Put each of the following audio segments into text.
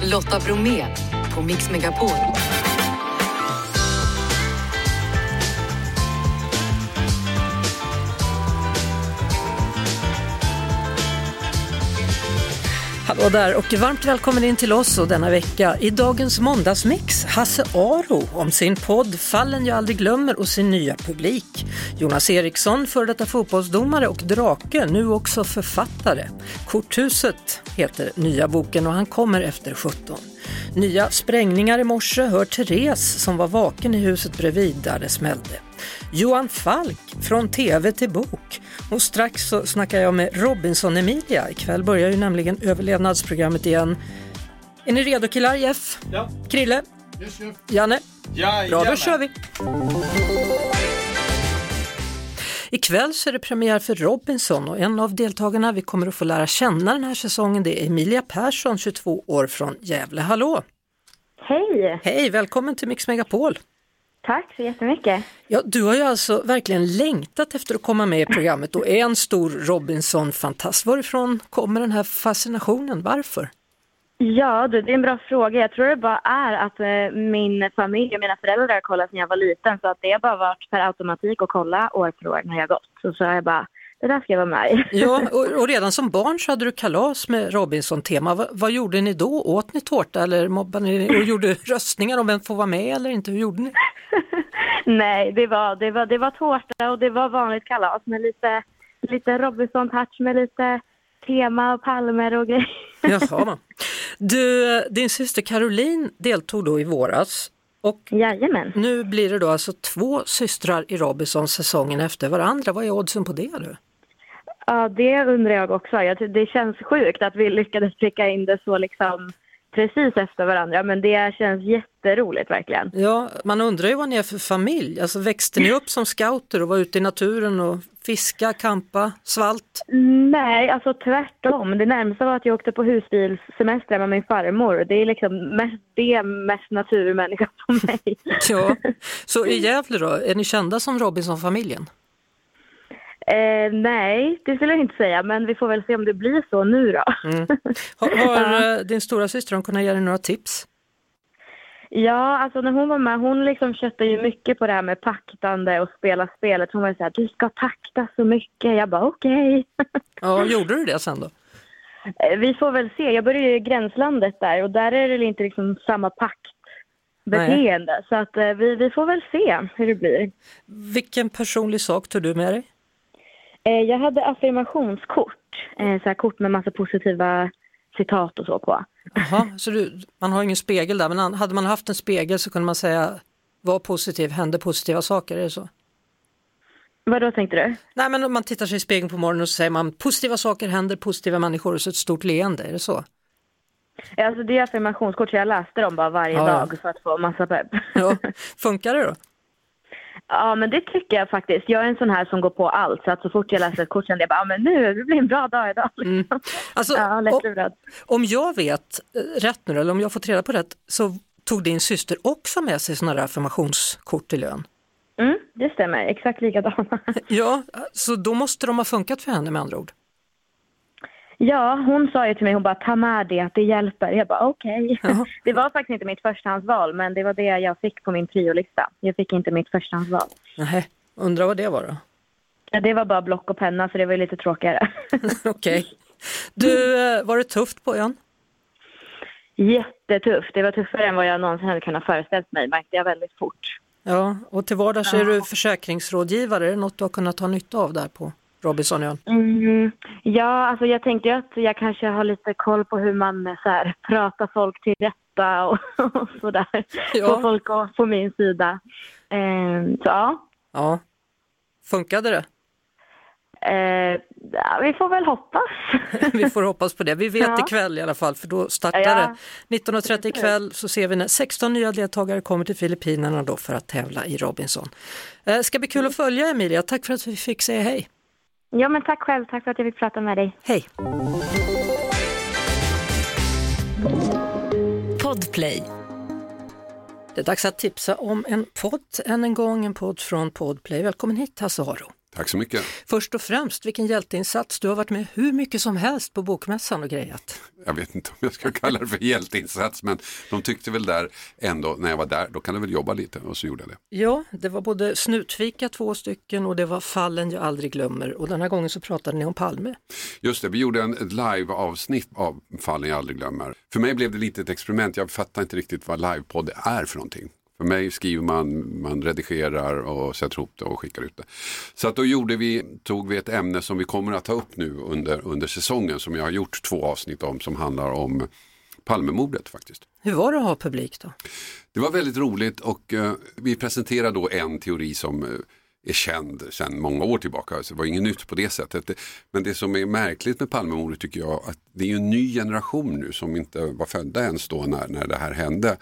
Lotta Bromé på Mix Megapol. Hallå där och varmt välkommen in till oss och denna vecka. I dagens måndagsmix, Hasse Aro om sin podd Fallen jag aldrig glömmer och sin nya publik. Jonas Eriksson, före detta fotbollsdomare och drake, nu också författare. Korthuset heter nya boken och han kommer efter 17. Nya sprängningar i morse, hör Therese som var vaken i huset bredvid där det smällde. Johan Falk från tv till bok. Och strax så snackar jag med Robinson Emilia. Ikväll börjar ju nämligen överlevnadsprogrammet igen. Är ni redo killar? Jeff? Ja. Krille? Yes, chef. Janne? Ja, bra, då kör vi. Ikväll så är det premiär för Robinson och en av deltagarna vi kommer att få lära känna den här säsongen det är Emilia Persson, 22 år från Gävle. Hallå! Hej! Hej, välkommen till Mix Megapol. Tack så jättemycket. Ja, du har ju alltså verkligen längtat efter att komma med i programmet och är en stor Robinson-fantast. Varifrån kommer den här fascinationen? Varför? Ja, det är en bra fråga. Jag tror det bara är att min familj och mina föräldrar kollade när jag var liten. Så att det har bara varit per automatik att kolla år för år när jag gått. Så har jag bara, det där ska jag vara med i. Ja, och redan som barn så hade du kalas med Robinson-tema. Vad gjorde ni då? Åt ni tårta eller mobbade ni och gjorde röstningar om vem får vara med eller inte? Hur gjorde ni? Nej, det var tårta och det var vanligt kalas med lite Robinson-touch med lite tema och palmer och grejer. Jaha. Din syster Caroline deltog då i våras. Och jajamän. Nu blir det då alltså 2 systrar i Robinson säsongen efter varandra. Vad är oddsen på det du? Ja, det undrar jag också. Det känns sjukt att vi lyckades pricka in det så liksom precis efter varandra. Men det känns jätteroligt verkligen. Ja, man undrar ju vad ni är för familj. Alltså växte ni upp som scouter och var ute i naturen och fiska, kampa, svalt? Nej, alltså tvärtom. Det närmaste var att jag åkte på husbilssemester med min farmor. Det är liksom mest naturmänniska som mig. Ja, så i Gävle då, är ni kända som Robinson-familjen? Nej, det skulle jag inte säga. Men vi får väl se om det blir så nu då. Mm. Har din stora syster kunnat ge dig några tips? Ja, alltså när hon var med, hon liksom köttade ju mycket på det här med paktande och spela spelet. Hon var så här, du ska pakta så mycket. Jag bara, okej. Ja, gjorde du det sen då? Vi får väl se. Jag började ju i gränslandet där och där är det inte liksom samma paktbeteende. Nej. Så att vi får väl se hur det blir. Vilken personlig sak tog du med dig? Jag hade affirmationskort. Så här kort med massa positiva citat och så på. Jaha, så man har ingen spegel där. Men hade man haft en spegel så kunde man säga var positiv, hände positiva saker, är det så? Vad då tänkte du? Nej, men om man tittar sig i spegeln på morgonen och så säger man positiva saker händer, positiva människor och så ett stort leende, är det så? Alltså det är affirmationskort så jag läste dem bara varje dag för att få massa pepp. Ja, funkar det då? Ja, men det tycker jag faktiskt. Jag är en sån här som går på allt. Så att så fort jag läser ett kort kände jag bara, men nu det blir en bra dag idag. Mm. Alltså, om jag vet rätt nu, eller om jag får reda på rätt, så tog din syster också med sig såna där affirmationskort till lön? Mm, det stämmer. Exakt likadana. Ja, så då måste de ha funkat för henne med andra ord. Ja, hon sa ju till mig, hon bara, ta med det, att det hjälper. Jag bara, okej. Ja. Det var faktiskt inte mitt förstahandsval, men det var det jag fick på min priolista. Jag fick inte mitt förstahandsval. Nej, undrar vad det var då? Ja, det var bara block och penna, så det var lite tråkigare. Okej. Du, var det tufft på ön? Jättetufft. Det var tuffare än vad jag någonsin hade kunnat föreställt mig, märkte jag väldigt fort. Ja, och till vardags är du försäkringsrådgivare. Är det något du har kunnat ta nytta av där på Robinsonön? Ja, alltså jag tänkte ju att jag kanske har lite koll på hur man så här, pratar folk till rätta och sådär. Ja. Få folk på min sida. Så ja. Ja. Funkade det? Ja, vi får väl hoppas. Vi får hoppas på det. Vi vet ikväll i alla fall, för då startar det. 19.30 ikväll så ser vi när 16 nya deltagare kommer till Filippinerna då för att tävla i Robinson. Ska bli kul att följa, Emilia. Tack för att vi fick säga hej. Ja, men tack själv. Tack för att jag fick prata med dig. Hej. Podplay. Det är dags att tipsa om en podd. Än en gång en podd från Podplay. Välkommen hit, Hasse Aro. Tack så mycket. Först och främst, vilken hjälteinsats. Du har varit med hur mycket som helst på bokmässan och grejat. Jag vet inte om jag ska kalla det för hjälteinsats, men de tyckte väl där ändå, när jag var där, då kan jag väl jobba lite, och så gjorde jag det. Ja, det var både snutfika 2 stycken och det var fallen jag aldrig glömmer, och den här gången så pratade ni om Palme. Just det, vi gjorde ett live-avsnitt av fallen jag aldrig glömmer. För mig blev det lite ett experiment, jag fattar inte riktigt vad livepodd är för någonting. För mig skriver man redigerar och sätter ihop det och skickar ut det. Så att då tog vi ett ämne som vi kommer att ta upp nu under säsongen, som jag har gjort 2 avsnitt om, som handlar om Palmemordet faktiskt. Hur var det att ha publik då? Det var väldigt roligt, och vi presenterade då en teori som är känd sedan många år tillbaka. Så det var inget nytt på det sättet. Men det som är märkligt med Palmemordet tycker jag, att det är ju en ny generation nu som inte var födda ens då när det här hände.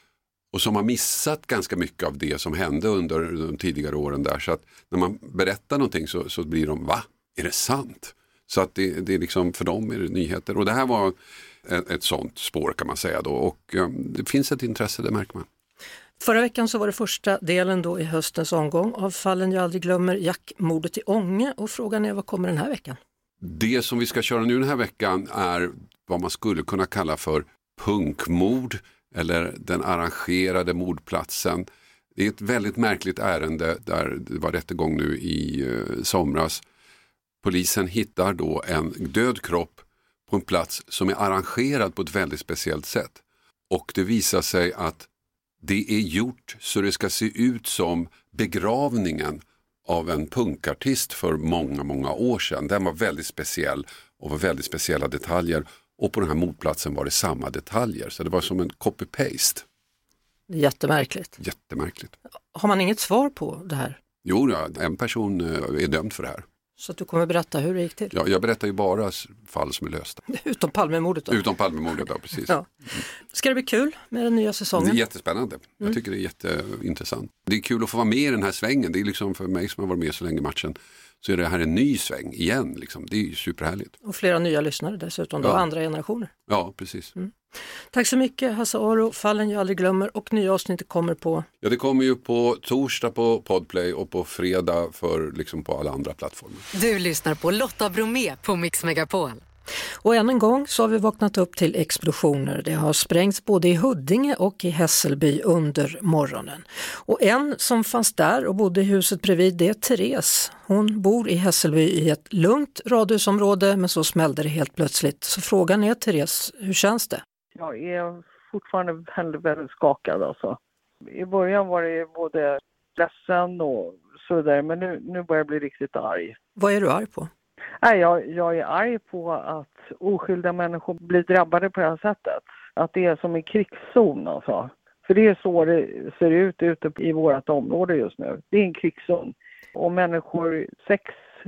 Och som har missat ganska mycket av det som hände under de tidigare åren där. Så att när man berättar någonting så blir de, va? Är det sant? Så att det är liksom, för dem är det nyheter. Och det här var ett sånt spår kan man säga då. Och det finns ett intresse, det märker man. Förra veckan så var det första delen då i höstens omgång av fallen jag aldrig glömmer, jackmordet i Ånge. Och frågan är, vad kommer den här veckan? Det som vi ska köra nu den här veckan är vad man skulle kunna kalla för punkmord. Eller den arrangerade mordplatsen. Det är ett väldigt märkligt ärende där det var rättegång nu i somras. Polisen hittar då en död kropp på en plats som är arrangerad på ett väldigt speciellt sätt. Och det visar sig att det är gjort så det ska se ut som begravningen av en punkartist för många, många år sedan. Den var väldigt speciell och var väldigt speciella detaljer. Och på den här mordplatsen var det samma detaljer. Så det var som en copy-paste. Jättemärkligt. Jättemärkligt. Har man inget svar på det här? Jo, en person är dömd för det här. Så att du kommer berätta hur det gick till? Ja, jag berättar ju bara fall som är lösta. Utom Palmemordet då? Utom Palmemordet, ja, precis. Ja. Ska det bli kul med den nya säsongen? Det är jättespännande. Jag tycker det är jätteintressant. Det är kul att få vara med i den här svängen. Det är liksom för mig som har varit med så länge i matchen, så är det här en ny sväng igen. Liksom. Det är ju superhärligt. Och flera nya lyssnare dessutom, då, andra generationer. Ja, precis. Tack så mycket Hasse Aro, fallen jag aldrig glömmer, och nya avsnitt kommer på... Ja, det kommer ju på torsdag på Podplay och på fredag liksom på alla andra plattformar. Du lyssnar på Lotta Bromé på Mix Megapol. Och än en gång så har vi vaknat upp till explosioner. Det har sprängts både i Huddinge och i Hässelby under morgonen. Och en som fanns där och bodde i huset bredvid, det är Therese. Hon bor i Hässelby i ett lugnt radhusområde, men så smällde det helt plötsligt. Så frågan är, Therese, hur känns det? Jag är fortfarande väldigt skakad alltså. I början var det både ledsen och sådär, men nu börjar jag bli riktigt arg. Vad är du arg på? Nej, jag är arg på att oskyldiga människor blir drabbade på det här sättet. Att det är som en krigszon alltså. För det är så det ser ut ute i vårt område just nu. Det är en krigszon. Och människor, 6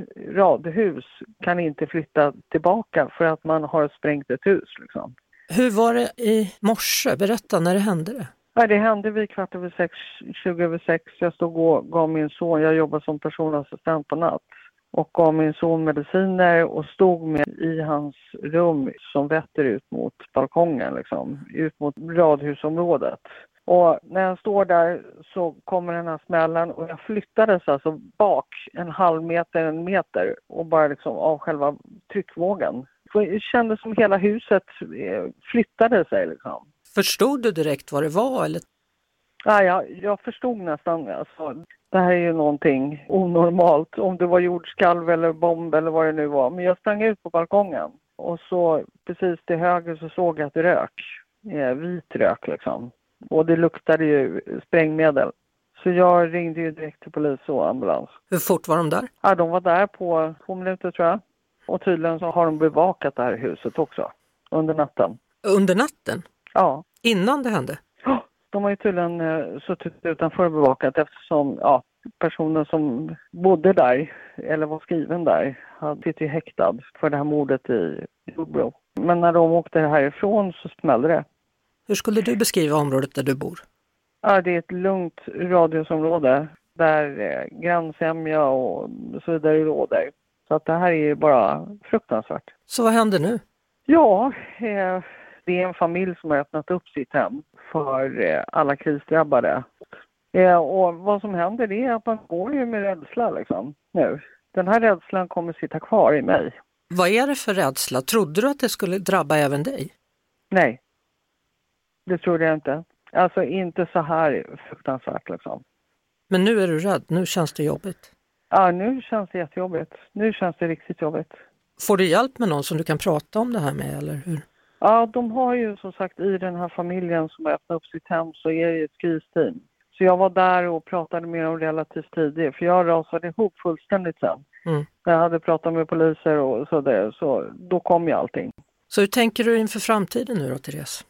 radhus kan inte flytta tillbaka för att man har sprängt ett hus liksom. Hur var det i morse? Berätta, när det hände det? Ja, det hände vid 6:15, 20:06. Jag stod och gav min son, jag jobbar som personassistent på natt, och gav min son mediciner och stod med i hans rum som vetter ut mot balkongen liksom, ut mot radhusområdet. Och när jag står där så kommer den här smällen och jag flyttades alltså bak 1,5 meter, 1 meter och bara liksom av själva tryckvågen. Det kändes som hela huset flyttade sig liksom. Förstod du direkt vad det var eller? Ja, jag förstod nästan. Alltså, det här är ju någonting onormalt. Om det var jordskalv eller bomb eller vad det nu var. Men jag sprang ut på balkongen. Och så precis till höger så såg jag ett rök. Vit rök liksom. Och det luktade ju sprängmedel. Så jag ringde ju direkt till polis och ambulans. Hur fort var de där? Ja, de var där på 2 minuter tror jag. Och tydligen så har de bevakat det här huset också. Under natten. Under natten? Ja. Innan det hände? Ja, de har ju tydligen suttit utanför och bevakat eftersom personen som bodde där eller var skriven där sitter ju häktad för det här mordet i Jordbro. Men när de åkte härifrån så smällde det. Hur skulle du beskriva området där du bor? Ja, det är ett lugnt radhusområde där grannsämja och så vidare råder. Så att det här är ju bara fruktansvärt. Så vad händer nu? Ja, det är en familj som har öppnat upp sitt hem för alla krisdrabbade. Och vad som händer är att man går ju med rädsla liksom, nu. Den här rädslan kommer sitta kvar i mig. Vad är det för rädsla? Trodde du att det skulle drabba även dig? Nej, det trodde jag inte. Alltså inte så här fruktansvärt liksom. Men nu är du rädd, nu känns det jobbigt. Ja, nu känns det jättejobbigt. Nu känns det riktigt jobbigt. Får du hjälp med någon som du kan prata om det här med, eller hur? Ja, de har ju som sagt i den här familjen som har öppnat upp sitt hem så är det ett kristeam. Så jag var där och pratade med dem relativt tidigt. För jag rasade ihop fullständigt sen. Jag hade pratat med poliser och sådär. Så då kom ju allting. Så hur tänker du inför framtiden nu då, Therese?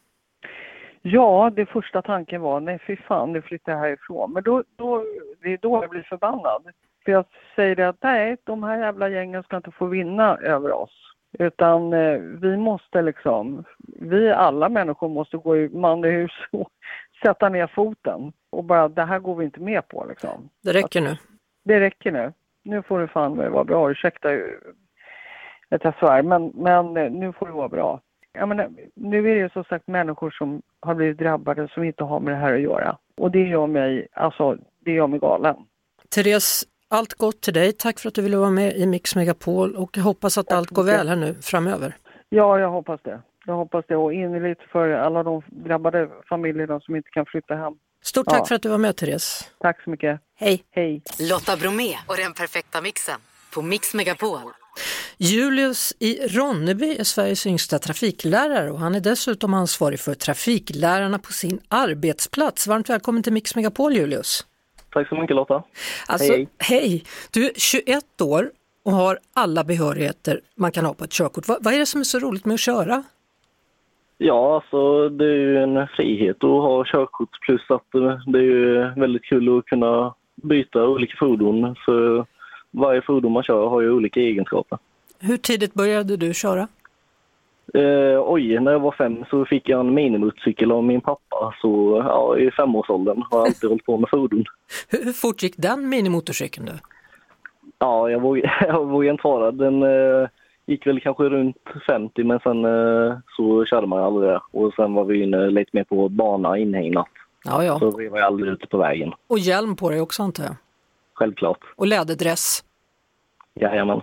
Ja, det första tanken var, nej fy fan, nu flyttar jag härifrån. Men det är då jag blir förbannad. För jag säger det att nej, de här jävla gängen ska inte få vinna över oss. Utan vi måste liksom, vi alla människor måste gå i manhus och sätta ner foten. Och bara, det här går vi inte med på liksom. Det räcker nu. Det räcker nu. Nu får det fan vara bra, ursäkta att jag svär, men nu får det vara bra. Jag menar, nu är det ju så sagt människor som har blivit drabbade som inte har med det här att göra. Och det gör mig galen. Therese, allt gott till dig. Tack för att du ville vara med i Mix Megapol och jag hoppas att allt går väl här nu framöver. Ja, jag hoppas det. Jag hoppas det och innerligt för alla de drabbade familjerna som inte kan flytta hem. Stort tack för att du var med, Therese. Tack så mycket. Hej. Hej. Lotta Bromé och den perfekta mixen på Mix Megapol. Julius i Ronneby är Sveriges yngsta trafiklärare och han är dessutom ansvarig för trafiklärarna på sin arbetsplats. Varmt välkommen till Mix Megapol, Julius. Tack så mycket, Lotta. Alltså, hej. Du är 21 år och har alla behörigheter man kan ha på ett körkort. Vad är det som är så roligt med att köra? Ja, alltså det är ju en frihet att ha körkort plus att det är ju väldigt kul att kunna byta olika fordon. För varje fordon man kör har ju olika egenskaper. Hur tidigt började du köra? När jag var 5 så fick jag en minimotorcykel av min pappa. Så ja, i 5-årsåldern har jag alltid hållit på med fordon. Hur fort gick den minimotorcykeln då? Ja, jag vågar inte vara. Den gick väl kanske runt 50 men sen så körde man aldrig det. Och sen var vi inne lite mer på bana inhägnat. Ja. Så vi var aldrig ute på vägen. Och hjälm på dig också, antar jag? Självklart. Och läderdress? Jajamän.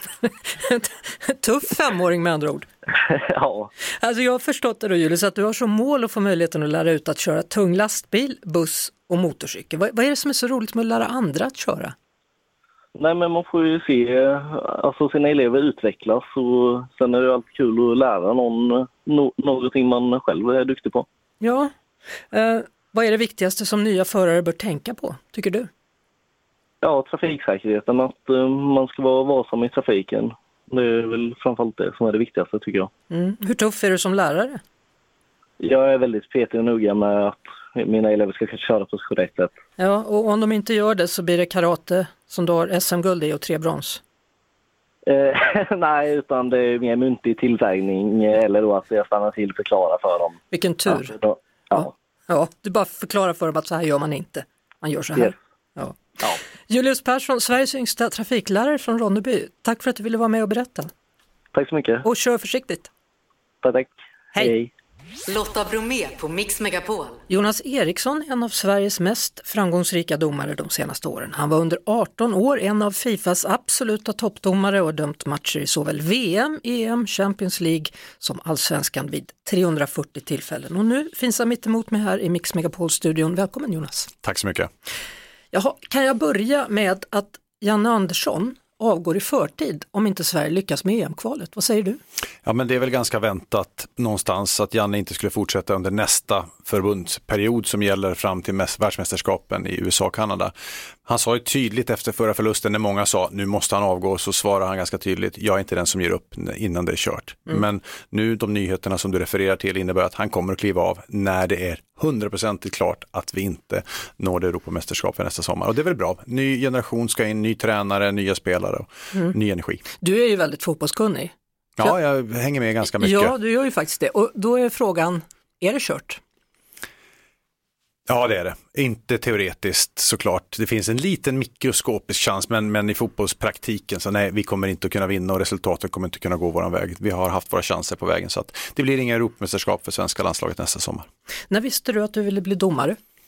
Tuff 5-åring med andra ord. Ja. Alltså jag har förstått det då, Julius, att du har som mål att få möjligheten att lära ut att köra tung lastbil, buss och motorcykel. Vad är det som är så roligt med att lära andra att köra? Nej, men man får ju se alltså, sina elever utvecklas och sen är det alltid kul att lära någon någonting man själv är duktig på. Ja. Vad är det viktigaste som nya förare bör tänka på, tycker du? Ja, trafiksäkerheten, att man ska vara varsam i trafiken. Det är väl framförallt det som är det viktigaste, tycker jag. Hur tuff är du som lärare? Jag är väldigt petig och noga med att mina elever ska köra på ett korrekt sätt. Ja, och om de inte gör det så blir det karate som du har SM-guld i och 3 brons. Nej, utan det är mer muntlig tillsägning eller då att jag stannar till och förklara för dem. Vilken tur. Ja, du bara förklarar för dem att så här gör man inte. Man gör så här. Yes. Ja. Julius Persson, Sveriges yngsta trafiklärare från Ronneby. Tack för att du ville vara med och berätta. Tack så mycket. Och kör försiktigt. Tack. Hej. Lotta Bromé på Mix Megapol. Jonas Eriksson är en av Sveriges mest framgångsrika domare de senaste åren. Han var under 18 år en av Fifas absoluta toppdomare och dömt matcher i såväl VM, EM, Champions League som allsvenskan vid 340 tillfällen. Och nu finns han mitt emot mig här i Mix Megapol-studion. Välkommen, Jonas. Tack så mycket. Jaha, kan jag börja med att Janne Andersson avgår i förtid om inte Sverige lyckas med EM-kvalet? Vad säger du? Ja, men det är väl ganska väntat någonstans att Janne inte skulle fortsätta under nästa förbundsperiod som gäller fram till världsmästerskapen i USA och Kanada. Han sa ju tydligt efter förra förlusten när många sa nu måste han avgå, så svarar han ganska tydligt, jag är inte den som ger upp innan det är kört. Men nu de nyheterna som du refererar till innebär att han kommer att kliva av när det är 100% klart att vi inte når det Europamästerskap för nästa sommar. Och det är väl bra. Ny generation ska in, ny tränare, nya spelare och ny energi. Du är ju väldigt fotbollskunnig. Ja, jag hänger med ganska mycket. Ja, du gör ju faktiskt det. Och då är frågan, är det kört? Ja, det är det. Inte teoretiskt såklart. Det finns en liten mikroskopisk chans, men i fotbollspraktiken så nej, vi kommer inte att kunna vinna och resultatet kommer inte kunna gå våran väg. Vi har haft våra chanser på vägen så att det blir inga Europamästerskap för svenska landslaget nästa sommar. När visste du att du ville bli domare?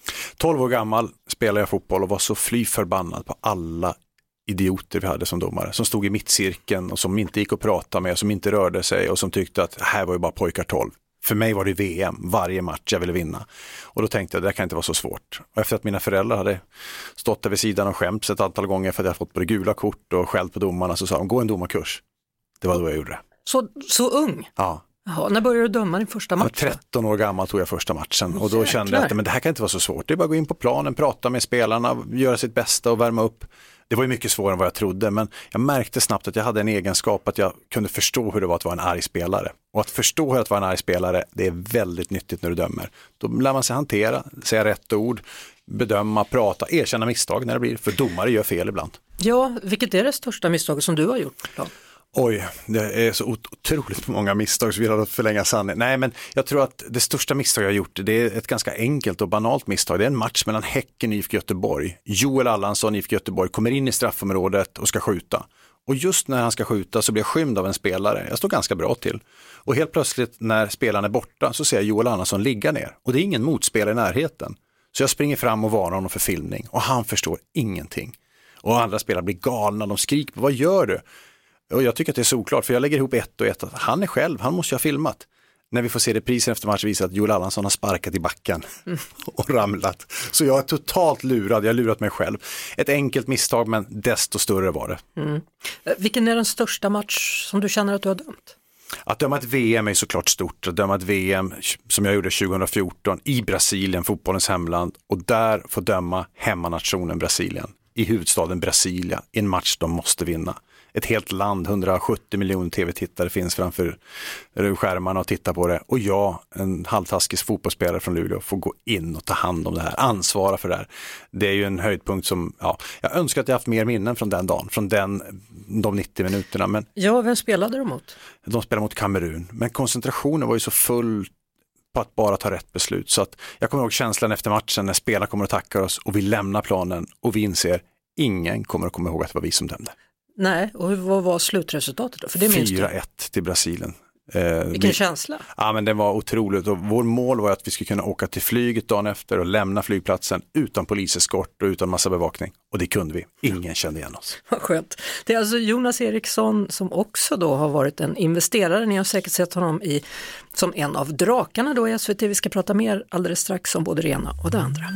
12 år gammal spelade jag fotboll och var så fly förbannad på alla idioter vi hade som domare. Som stod i mittcirkeln och som inte gick att prata med, som inte rörde sig och som tyckte att här var ju bara pojkar 12. För mig var det VM, varje match jag ville vinna. Och då tänkte jag, det kan inte vara så svårt. Och efter att mina föräldrar hade stått där vid sidan och skämts ett antal gånger för att jag hade fått både gula kort och skällt på domarna, så sa de, gå en domarkurs. Det var då jag gjorde det. Så ung? Ja. Jaha, när började du döma din första match? 13 år gammal tog jag första matchen och då kände jag att men det här kan inte vara så svårt. Det är bara att gå in på planen, prata med spelarna, göra sitt bästa och värma upp. Det var ju mycket svårare än vad jag trodde, men jag märkte snabbt att jag hade en egenskap att jag kunde förstå hur det var att vara en arg spelare. Och att förstå hur att vara en arg spelare, det är väldigt nyttigt när du dömer. Då lär man sig hantera, säga rätt ord, bedöma, prata, erkänna misstag när det blir, för domare gör fel ibland. Ja, vilket är det största misstaget som du har gjort då? Oj, det är så otroligt många misstag så vi har att förlänga sanningen. Nej, men jag tror att det största misstag jag har gjort, det är ett ganska enkelt och banalt misstag. Det är en match mellan Häcken och IFK Göteborg. Joel Allansson, IFK Göteborg, kommer in i straffområdet och ska skjuta. Och just när han ska skjuta så blir jag skymd av en spelare. Jag står ganska bra till. Och helt plötsligt när spelaren är borta så ser jag Joel Allansson ligga ner. Och det är ingen motspelare i närheten. Så jag springer fram och varnar honom för filmning. Och han förstår ingenting. Och andra spelare blir galna, de skriker, vad gör du? Och jag tycker att det är såklart, för jag lägger ihop 1 och 1. Han är själv, han måste ju ha filmat. När vi får se reprisen efter match visar att Joel Allansson har sparkat i backen och ramlat. Så jag är totalt lurad, jag har lurat mig själv. Ett enkelt misstag, men desto större var det. Mm. Vilken är den största match som du känner att du har dömt? Att döma ett VM är såklart stort. Att döma ett VM som jag gjorde 2014 i Brasilien, fotbollens hemland. Och där få döma hemmanationen Brasilien. I huvudstaden Brasilia, i en match de måste vinna. Ett helt land, 170 miljoner tv-tittare finns framför skärmarna och tittar på det. Och jag, en halvtaskig fotbollsspelare från Luleå, får gå in och ta hand om det här, ansvara för det här. Det är ju en höjdpunkt som, ja, jag önskar att jag haft mer minnen från den dagen, från de 90 minuterna. Men ja, vem spelade de mot? De spelade mot Kamerun, men koncentrationen var ju så full på att bara ta rätt beslut. Så att jag kommer ihåg känslan efter matchen när spelarna kommer att tacka oss och vi lämnar planen och vi inser ingen kommer att komma ihåg att det var vi som dömde. Nej, och vad var slutresultatet då? För det 4-1 till Brasilien. Vilken känsla? Ja, men det var otroligt och vår mål var att vi skulle kunna åka till flyget dagen efter och lämna flygplatsen utan poliseskort och utan massa bevakning. Och det kunde vi. Ingen kände igen oss. Vad skönt. Det är alltså Jonas Eriksson som också då har varit en investerare. Ni har säkert sett honom som en av drakarna då i SVT. Vi ska prata mer alldeles strax om både det ena och det andra.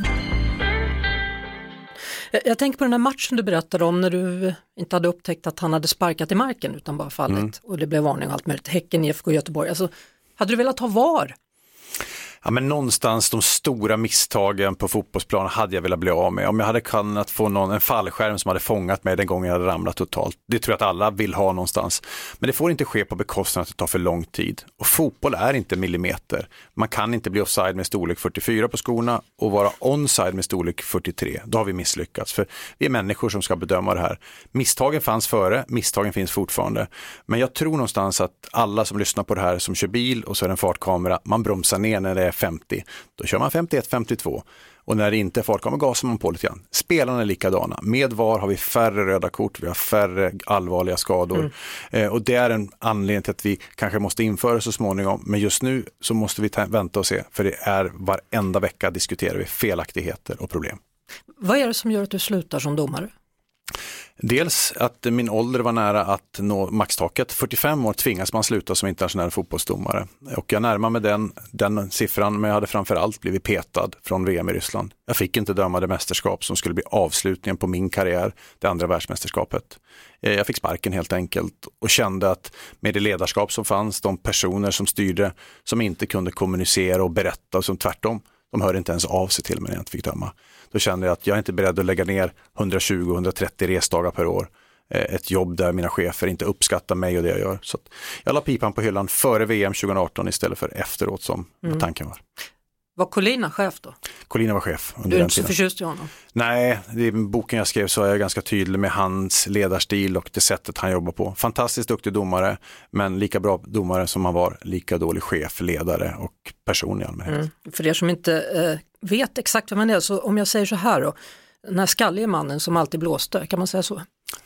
Jag tänker på den här matchen du berättade om när du inte hade upptäckt att han hade sparkat i marken utan bara fallit och det blev varning och allt möjligt. Häcken, IFK Göteborg. Alltså, hade du velat ha VAR? Ja, men någonstans de stora misstagen på fotbollsplanen hade jag velat bli av med. Om jag hade kunnat få en fallskärm som hade fångat mig den gången jag hade ramlat totalt. Det tror jag att alla vill ha någonstans. Men det får inte ske på bekostnad att det tar för lång tid. Och fotboll är inte millimeter. Man kan inte bli offside med storlek 44 på skorna och vara onside med storlek 43. Då har vi misslyckats. För vi är människor som ska bedöma det här. Misstagen fanns före, misstagen finns fortfarande. Men jag tror någonstans att alla som lyssnar på det här som kör bil och så är det en fartkamera, man bromsar ner när det är 50, då kör man 51-52 och när det inte är fartkamera gasar man på lite grann. Spelarna är likadana. Med VAR har vi färre röda kort, vi har färre allvarliga skador och det är en anledning till att vi kanske måste införa så småningom, men just nu så måste vi vänta och se, för det är varenda vecka diskuterar vi felaktigheter och problem. Vad är det som gör att du slutar som domare? Dels att min ålder var nära att nå maxtaket. 45 år tvingas man sluta som internationell fotbollsdomare. Och jag närmar mig den siffran, men jag hade framförallt blivit petad från VM i Ryssland. Jag fick inte döma det mästerskap som skulle bli avslutningen på min karriär, det andra världsmästerskapet. Jag fick sparken helt enkelt och kände att med det ledarskap som fanns, de personer som styrde, som inte kunde kommunicera och berätta, och som tvärtom, de hörde inte ens av sig till mig när jag inte fick döma. Då kände jag att jag är inte beredd att lägga ner 120-130 resdagar per år. Ett jobb där mina chefer inte uppskattar mig och det jag gör. Så att jag la pipan på hyllan före VM 2018 istället för efteråt som tanken var. Var Collina chef då? Collina var chef under du är den inte tiden. Så förtjust i honom? Nej, i boken jag skrev så är jag ganska tydlig med hans ledarstil och det sättet han jobbar på. Fantastiskt duktig domare, men lika bra domare som han var, lika dålig chef, ledare och person i allmänhet. För er som inte vet exakt vad man är, så om jag säger så här då, den här skalliga mannen som alltid blåste, kan man säga så?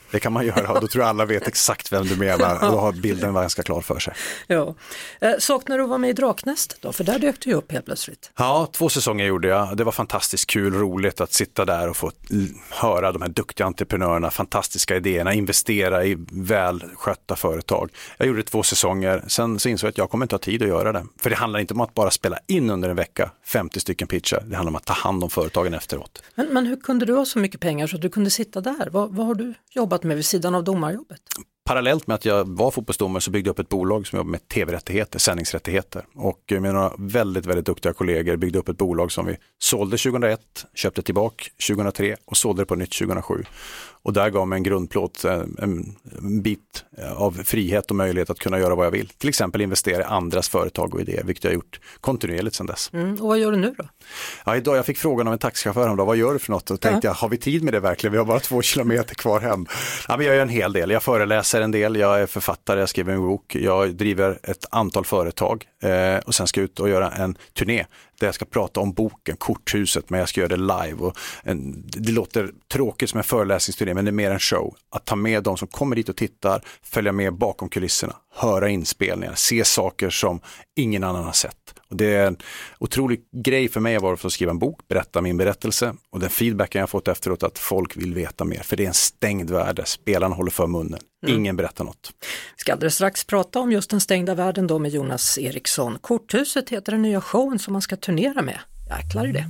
Det kan man göra och då tror jag alla vet exakt vem du menar och då har bilden ganska klar för sig. Ja. Saknar du att vara med i Draknästet då? För där dök du ju upp helt plötsligt. Ja, 2 säsonger gjorde jag. Det var fantastiskt kul, roligt att sitta där och få höra de här duktiga entreprenörerna, fantastiska idéerna, investera i välskötta företag. Jag gjorde 2 säsonger, sen så insåg jag att jag kommer inte ha tid att göra det. För det handlar inte om att bara spela in under en vecka 50 stycken pitchar. Det handlar om att ta hand om företagen efteråt. Men hur kunde du ha så mycket pengar så att du kunde sitta där? Vad har du jobbat med vid sidan av domarjobbet? Parallellt med att jag var fotbollsdomare så byggde jag upp ett bolag som jobbar med tv-rättigheter, sändningsrättigheter. Och med några väldigt, väldigt duktiga kollegor byggde upp ett bolag som vi sålde 2001, köpte tillbaka 2003 och sålde det på nytt 2007. Och där gav mig en grundplåt, en bit av frihet och möjlighet att kunna göra vad jag vill. Till exempel investera i andras företag och idéer, vilket jag har gjort kontinuerligt sedan dess. Och vad gör du nu då? Ja, idag jag fick frågan av en taxichaufför om vad gör du för något? Och tänkte jag, har vi tid med det verkligen? Vi har bara 2 kilometer kvar hem. Ja, men jag gör en hel del. Jag föreläser en del, jag är författare, jag skriver en bok, jag driver ett antal företag och sen ska jag ut och göra en turné där jag ska prata om boken, Korthuset, men jag ska göra det live. Och det låter tråkigt som en föreläsningsturné, men det är mer en show. Att ta med de som kommer dit och tittar, följa med bakom kulisserna, höra inspelningar, se saker som ingen annan har sett. Och det är en otrolig grej för mig att vara för att skriva en bok, berätta min berättelse och den feedbacken jag fått efteråt att folk vill veta mer. För det är en stängd värld, spelarna håller för munnen. Ingen berättar något. Vi ska alldeles strax prata om just den stängda världen då med Jonas Eriksson. Korthuset heter den nya showen som man ska turnera med. Jäklar i det.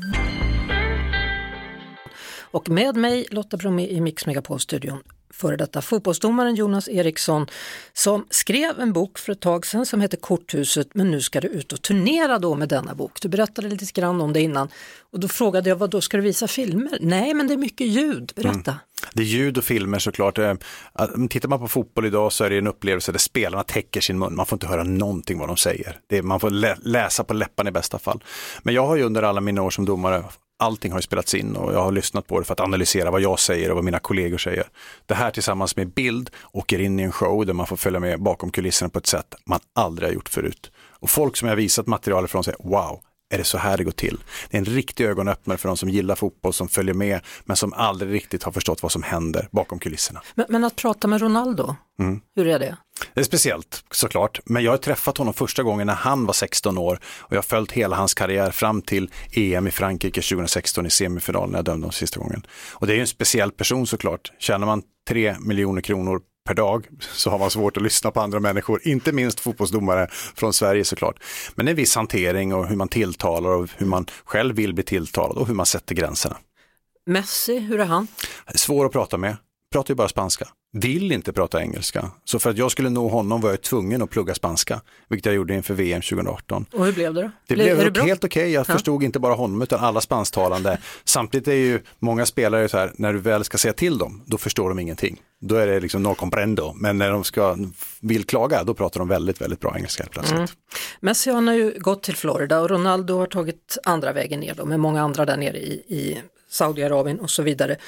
Och med mig Lotta Bromé i Mix Megapol-studion. Före detta fotbollsdomaren Jonas Eriksson som skrev en bok för ett tag sedan som heter Korthuset, men nu ska du ut och turnera då med denna bok. Du berättade lite grann om det innan och då frågade jag, vad då ska du visa filmer? Nej, men det är mycket ljud, berätta. Det är ljud och filmer såklart. Tittar man på fotboll idag så är det en upplevelse där spelarna täcker sin mun. Man får inte höra någonting vad de säger. Man får läsa på läpparna i bästa fall. Men jag har ju under alla mina år som domare, allting har ju spelats in och jag har lyssnat på det för att analysera vad jag säger och vad mina kollegor säger. Det här tillsammans med bild åker in i en show där man får följa med bakom kulisserna på ett sätt man aldrig har gjort förut. Och folk som jag har visat material från säger, wow, är det så här det går till? Det är en riktig ögonöppnare för de som gillar fotboll, som följer med men som aldrig riktigt har förstått vad som händer bakom kulisserna. Men att prata med Ronaldo, hur är det? Det är speciellt såklart, men jag har träffat honom första gången när han var 16 år och jag har följt hela hans karriär fram till EM i Frankrike 2016 i semifinalen när jag dömde honom sista gången. Och det är ju en speciell person såklart. Tjänar man 3 miljoner kronor per dag så har man svårt att lyssna på andra människor, inte minst fotbollsdomare från Sverige såklart. Men en viss hantering och hur man tilltalar och hur man själv vill bli tilltalad och hur man sätter gränserna. Messi, hur är han? Svår att prata med. Pratar ju bara spanska. Vill inte prata engelska. Så för att jag skulle nå honom var jag tvungen att plugga spanska. Vilket jag gjorde inför VM 2018. Och hur blev det då? Det blev helt okej. Jag förstod inte bara honom utan alla spansktalande. Samtidigt är ju många spelare så här, när du väl ska säga till dem, då förstår de ingenting. Då är det liksom no comprendo. Men när de vill klaga, då pratar de väldigt, väldigt bra engelska plötsligt. Messi har ju gått till Florida och Ronaldo har tagit andra vägen ner då, med många andra där nere i Saudiarabien och så vidare.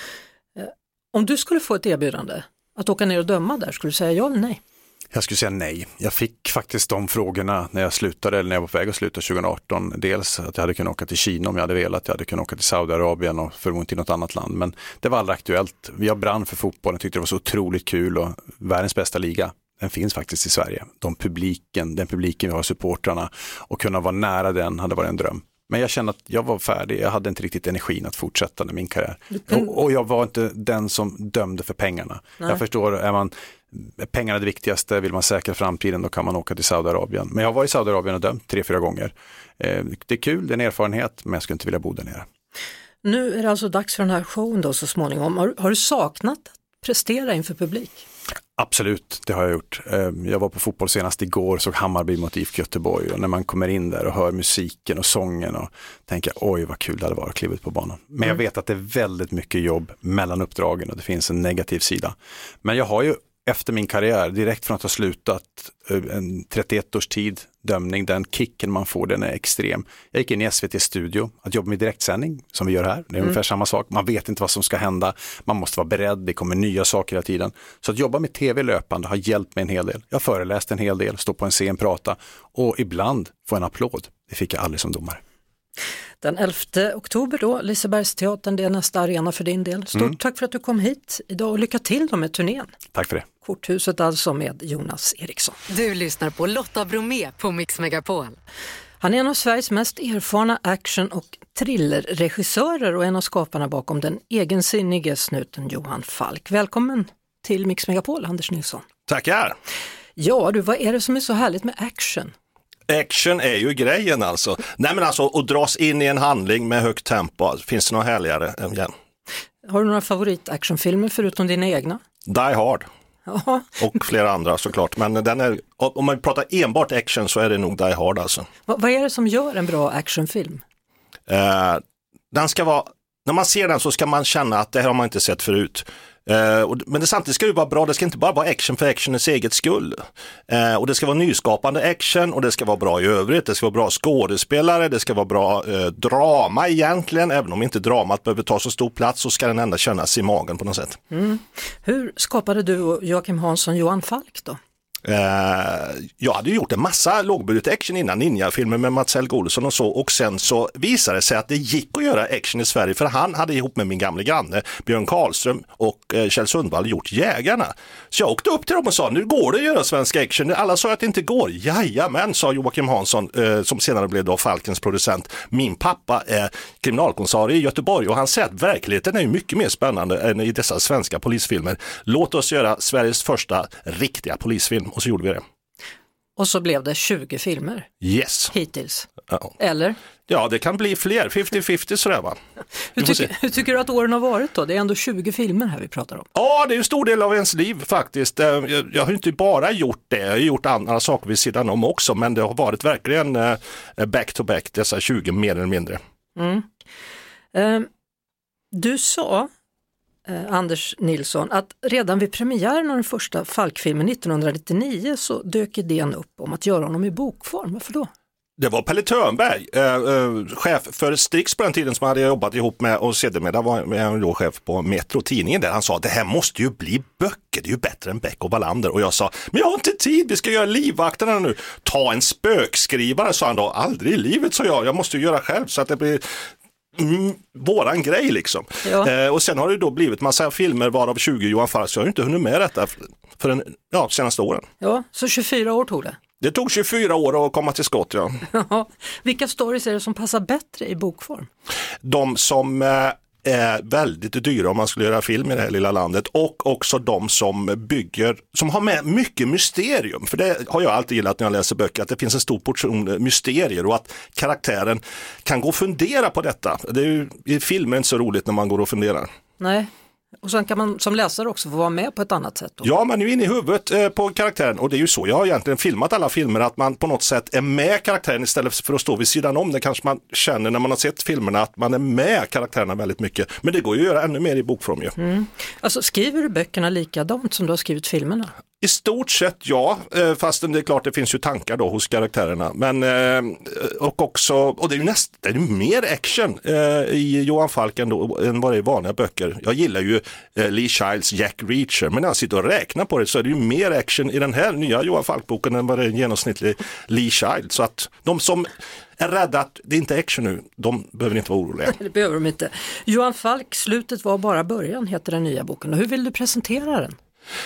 Om du skulle få ett erbjudande att åka ner och döma där, skulle du säga ja eller nej? Jag skulle säga nej. Jag fick faktiskt de frågorna när jag slutade eller när jag var på väg att sluta 2018. Dels att jag hade kunnat åka till Kina om jag hade velat. Jag hade kunnat åka till Saudiarabien och förmodligen till något annat land. Men det var aldrig aktuellt. Jag brann för fotbollen. Jag tyckte det var så otroligt kul och världens bästa liga. Den finns faktiskt i Sverige. Den publiken vi har, supportrarna och kunna vara nära den hade varit en dröm. Men jag kände att jag var färdig. Jag hade inte riktigt energin att fortsätta med min karriär. Och jag var inte den som dömde för pengarna. Nej. Jag förstår, pengarna är det viktigaste. Vill man säkra framtiden, då kan man åka till Saudiarabien. Men jag var i Saudiarabien och dömt 3-4 gånger. Det är kul, det är en erfarenhet, men jag skulle inte vilja bo där nere. Nu är det alltså dags för den här showen då så småningom. Har du saknat att prestera inför publik? Absolut, det har jag gjort. Jag var på fotboll senast igår, såg Hammarby mot IFK Göteborg och när man kommer in där och hör musiken och sången och tänker oj vad kul det hade varit att kliva ut på banan. Men jag vet att det är väldigt mycket jobb mellan uppdragen och det finns en negativ sida. Men jag har ju efter min karriär, direkt från att ha slutat en 31 års tid dömning, den kicken man får, den är extrem. Jag gick in i SVT-studio att jobba med direktsändning som vi gör här. Det är ungefär samma sak. Man vet inte vad som ska hända. Man måste vara beredd. Det kommer nya saker hela tiden. Så att jobba med tv löpande har hjälpt mig en hel del. Jag har föreläst en hel del, stå på en scen, prata och ibland få en applåd. Det fick jag aldrig som domare. Den 11 oktober då, Lisebergsteatern, det är nästa arena för din del. Stort tack för att du kom hit idag och lycka till då med turnén. Tack för det. Korthuset alltså med Jonas Eriksson. Du lyssnar på Lotta Bromé på Mix Megapol. Han är en av Sveriges mest erfarna action- och thrillerregissörer och en av skaparna bakom den egensinnige snuten Johan Falk. Välkommen till Mix Megapol, Anders Nilsson. Tackar! Ja du, vad är det som är så härligt med action? Action är ju grejen alltså. Nej men alltså, att dras in i en handling med högt tempo, finns det något härligare än den? Har du några favoritactionfilmer förutom dina egna? Die Hard. Jaha. Och flera andra såklart, men den är, om man pratar enbart action så är det nog Die Hard alltså. Vad är det som gör en bra actionfilm? Den ska vara, när man ser den så ska man känna att det här har man inte sett förut. Men det samtidigt ska det vara bra, det ska inte bara vara action för actionens eget skull. Och det ska vara nyskapande action och det ska vara bra i övrigt, det ska vara bra skådespelare, det ska vara bra drama egentligen, även om inte dramat behöver ta så stor plats så ska den ändå kännas i magen på något sätt. Hur skapade du och Joakim Hansson Johan Falk då? Jag hade gjort en massa lågbudget action innan, Ninja-filmer med Mats Helge Olsson och så, och sen så visade det sig att det gick att göra action i Sverige för han hade ihop med min gamla granne Björn Karlström och Kjell Sundvall gjort Jägarna. Så jag åkte upp till dem och sa, nu går det att göra svensk action. Alla sa att det inte går. Jajamän, sa Joakim Hansson som senare blev då Falkens producent. Min pappa är kriminalkommissarie i Göteborg och han säger att verkligheten är mycket mer spännande än i dessa svenska polisfilmer. Låt oss göra Sveriges första riktiga polisfilm. Och så gjorde vi det. Och så blev det 20 filmer. Yes. Hittills. Ja. Eller? Ja, det kan bli fler. 50-50 sådär va. Hur tycker du att åren har varit då? Det är ändå 20 filmer här vi pratar om. Ja, det är en stor del av ens liv faktiskt. Jag har inte bara gjort det. Jag har gjort andra saker vid sidan om också. Men det har varit verkligen back to back, dessa 20 mer eller mindre. Du sa, Anders Nilsson, att redan vid premiären av den första Falk-filmen 1999 så dök idén upp om att göra honom i bokform. Varför då? Det var Pelle Törnberg, chef för Strix på den tiden som hade jobbat ihop med, och sedermera var jag då chef på Metro-tidningen där han sa att det här måste ju bli böcker, det är ju bättre än Beck och Wallander. Och jag sa, men jag har inte tid, vi ska göra Livvakterna nu. Ta en spökskrivare, sa han då. Aldrig i livet, sa jag måste ju göra själv så att det blir våran grej liksom. Ja. Och sen har det då blivit massa filmer varav 20 Johan Falk, så jag har ju inte hunnit med detta för den senaste åren. Ja, så 24 år tog det? Det tog 24 år att komma till skott, ja. Vilka stories är det som passar bättre i bokform? De som är väldigt dyra om man skulle göra film i det här lilla landet, och också de som har med mycket mysterium, för det har jag alltid gillat när jag läser böcker, att det finns en stor portion mysterier och att karaktären kan gå och fundera på detta. Det är ju i filmen inte så roligt när man går och funderar. Nej. Och sen kan man som läsare också få vara med på ett annat sätt då. Ja, man är ju inne i huvudet på karaktären, och det är ju så jag har egentligen filmat alla filmer, att man på något sätt är med karaktären istället för att stå vid sidan om. Det kanske man känner när man har sett filmerna, att man är med karaktärerna väldigt mycket. Men det går ju att göra ännu mer i bokform ju. Alltså skriver du böckerna likadant som du har skrivit filmerna? I stort sett ja, fast det är klart det finns ju tankar då hos karaktärerna. Men och det är ju det är mer action i Johan Falk än vad det är i vanliga böcker. Jag gillar ju Lee Childs Jack Reacher, men när jag sitter och räknar på det så är det ju mer action i den här nya Johan Falk-boken än vad det är en genomsnittlig Lee Child. Så att de som är rädda att det inte är action nu, de behöver inte vara oroliga. Det behöver de inte. Johan Falk, slutet var bara början, heter den nya boken. Och hur vill du presentera den?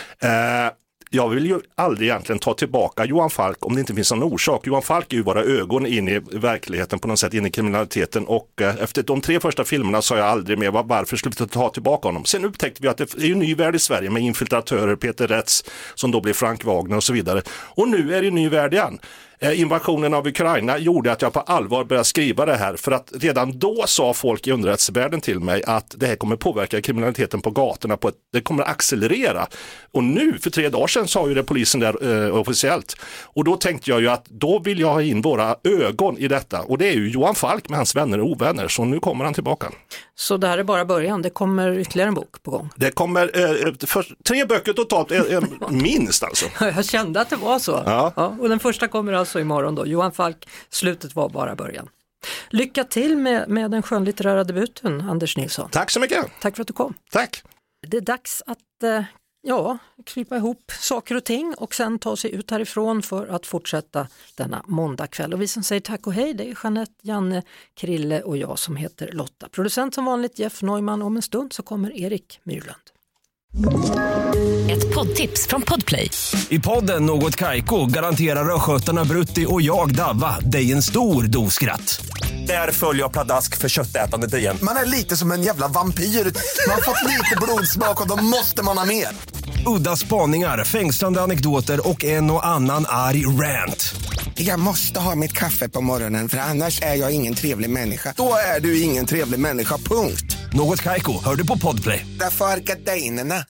Jag vill ju aldrig egentligen ta tillbaka Johan Falk om det inte finns någon orsak. Johan Falk är ju våra ögon in i verkligheten på något sätt, in i kriminaliteten, och efter de 3 första filmerna sa jag aldrig mer varför slutet ta tillbaka honom. Sen upptäckte vi att det är en ny värld i Sverige med infiltratörer, Peter Rätz som då blir Frank Wagner och så vidare. Och nu är det en ny värld igen. Invasionen av Ukraina gjorde att jag på allvar började skriva det här, för att redan då sa folk i underrättelsevärlden till mig att det här kommer påverka kriminaliteten på gatorna, det kommer att accelerera. Och nu, för 3 dagar sedan, sa ju det polisen där officiellt. Och då tänkte jag ju att då vill jag ha in våra ögon i detta, och det är ju Johan Falk med hans vänner och ovänner, så nu kommer han tillbaka. Så det här är bara början, det kommer ytterligare en bok på gång? Det kommer 3 böcker totalt, minst alltså. Jag kände att det var så. Ja. Ja, och den första kommer alltså imorgon då. Johan Falk, slutet var bara början. Lycka till med den skönlitterära debuten, Anders Nilsson. Tack så mycket. Tack för att du kom. Tack. Det är dags att krypa ihop saker och ting och sen ta sig ut härifrån för att fortsätta denna måndagkväll. Och vi som säger tack och hej, det är Jeanette, Janne, Krille och jag som heter Lotta. Producent som vanligt Jeff Neumann. Om en stund så kommer Erik Myrlund. Ett poddtips från Podplay. I podden Något Kaiko garanterar röskötarna Brutti och jag Davva dig en stor doskratt. Där följer jag pladask för köttätandet igen. Man är lite som en jävla vampyr. Man har fått lite blodsmak och då måste man ha mer. Udda spaningar, fängslande anekdoter och en och annan arg rant. Jag måste ha mitt kaffe på morgonen för annars är jag ingen trevlig människa. Då är du ingen trevlig människa, punkt. Något Kaiko, hör du på Podplay. Därför är gardinerna.